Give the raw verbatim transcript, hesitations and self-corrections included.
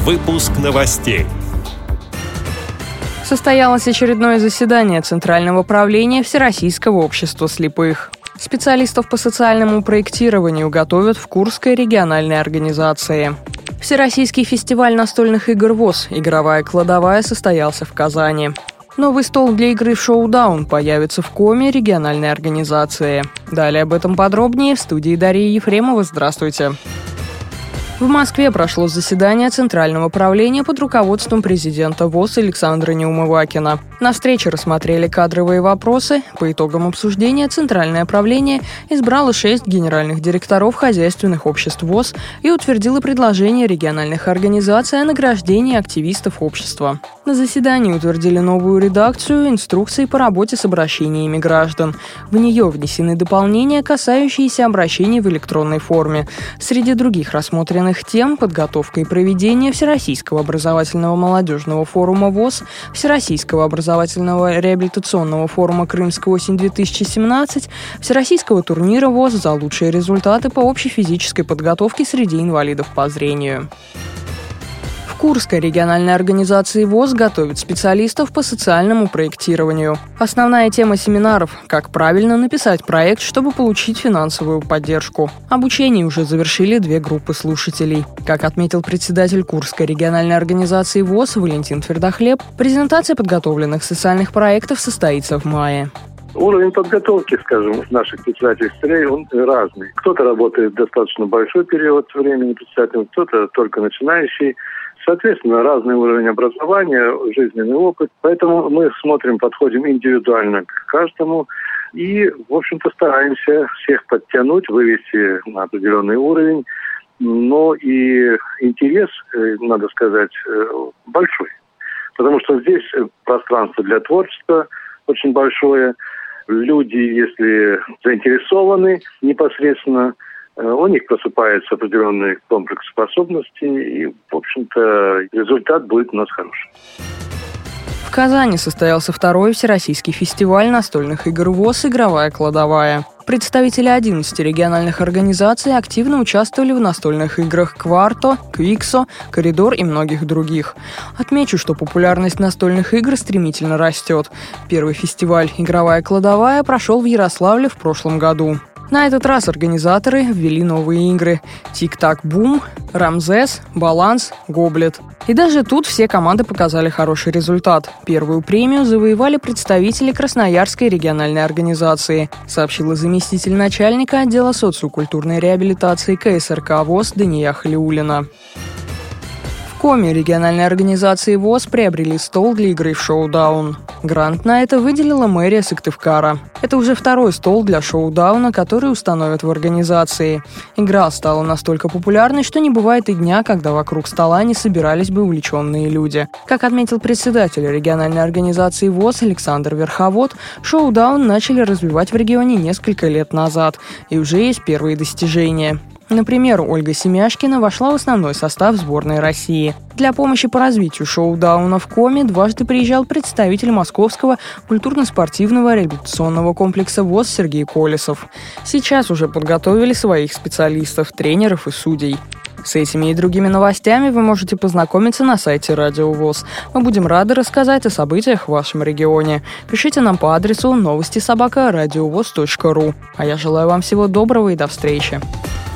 Выпуск новостей. Состоялось очередное заседание Центрального правления Всероссийского общества слепых. Специалистов по социальному проектированию готовят в Курской региональной организации. Всероссийский фестиваль настольных игр ВОС «Игровая кладовая» состоялся в Казани. Новый стол для игры в шоу-даун появится в Коми региональной организации. Далее об этом подробнее в студии Дарьи Ефремова. Здравствуйте. В Москве прошло заседание Центрального правления под руководством президента ВОС Александра Неумывакина. На встрече рассмотрели кадровые вопросы. По итогам обсуждения Центральное правление избрало шесть генеральных директоров хозяйственных обществ ВОС и утвердило предложение региональных организаций о награждении активистов общества. На заседании утвердили новую редакцию инструкции по работе с обращениями граждан. В нее внесены дополнения, касающиеся обращений в электронной форме. Среди других рассмотренных тем подготовка и проведение Всероссийского образовательного молодежного форума ВОС, Всероссийского образовательного реабилитационного форума «Крымская осень-две тысячи семнадцать», Всероссийского турнира ВОС за лучшие результаты по общей физической подготовке среди инвалидов по зрению. В Курской региональной организации ВОС готовят специалистов по социальному проектированию. Основная тема семинаров – как правильно написать проект, чтобы получить финансовую поддержку. Обучение уже завершили две группы слушателей. Как отметил председатель Курской региональной организации ВОС Валентин Твердохлеб, презентация подготовленных социальных проектов состоится в мае. Уровень подготовки, скажем, наших предпринимателей, он разный. Кто-то работает достаточно большой период времени предпринимателем, кто-то только начинающий. Соответственно, разный уровень образования, жизненный опыт. Поэтому мы смотрим, подходим индивидуально к каждому и, в общем-то, стараемся всех подтянуть, вывести на определенный уровень. Но и интерес, надо сказать, большой. Потому что здесь пространство для творчества очень большое. Люди, если заинтересованы непосредственно, у них просыпается определенный комплекс способностей, и, в общем-то, результат будет у нас хороший. В Казани состоялся второй Всероссийский фестиваль настольных игр ВОС «Игровая кладовая». Представители одиннадцати региональных организаций активно участвовали в настольных играх «Кварто», «Квиксо», «Коридор» и многих других. Отмечу, что популярность настольных игр стремительно растет. Первый фестиваль «Игровая кладовая» прошел в Ярославле в прошлом году. На этот раз организаторы ввели новые игры «Тик-так-бум», «Рамзес», «Баланс», «Гоблет». И даже тут все команды показали хороший результат. Первую премию завоевали представители Красноярской региональной организации, сообщила заместитель начальника отдела социокультурной реабилитации ка эс эр ка ВОС Дания Халиуллина. В Коми региональной организации ВОС приобрели стол для игры в шоу-даун. Грант на это выделила мэрия Сыктывкара. Это уже второй стол для шоу-дауна, который установят в организации. Игра стала настолько популярной, что не бывает и дня, когда вокруг стола не собирались бы увлеченные люди. Как отметил председатель региональной организации ВОС Александр Верховод, шоу-даун начали развивать в регионе несколько лет назад, и уже есть первые достижения. Например, Ольга Семяшкина вошла в основной состав сборной России. Для помощи по развитию шоу-дауна в Коми дважды приезжал представитель Московского культурно-спортивного реабилитационного комплекса ВОС Сергей Колесов. Сейчас уже подготовили своих специалистов, тренеров и судей. С этими и другими новостями вы можете познакомиться на сайте Радио ВОС. Мы будем рады рассказать о событиях в вашем регионе. Пишите нам по адресу новости собака радиовос точка ру. А я желаю вам всего доброго и до встречи.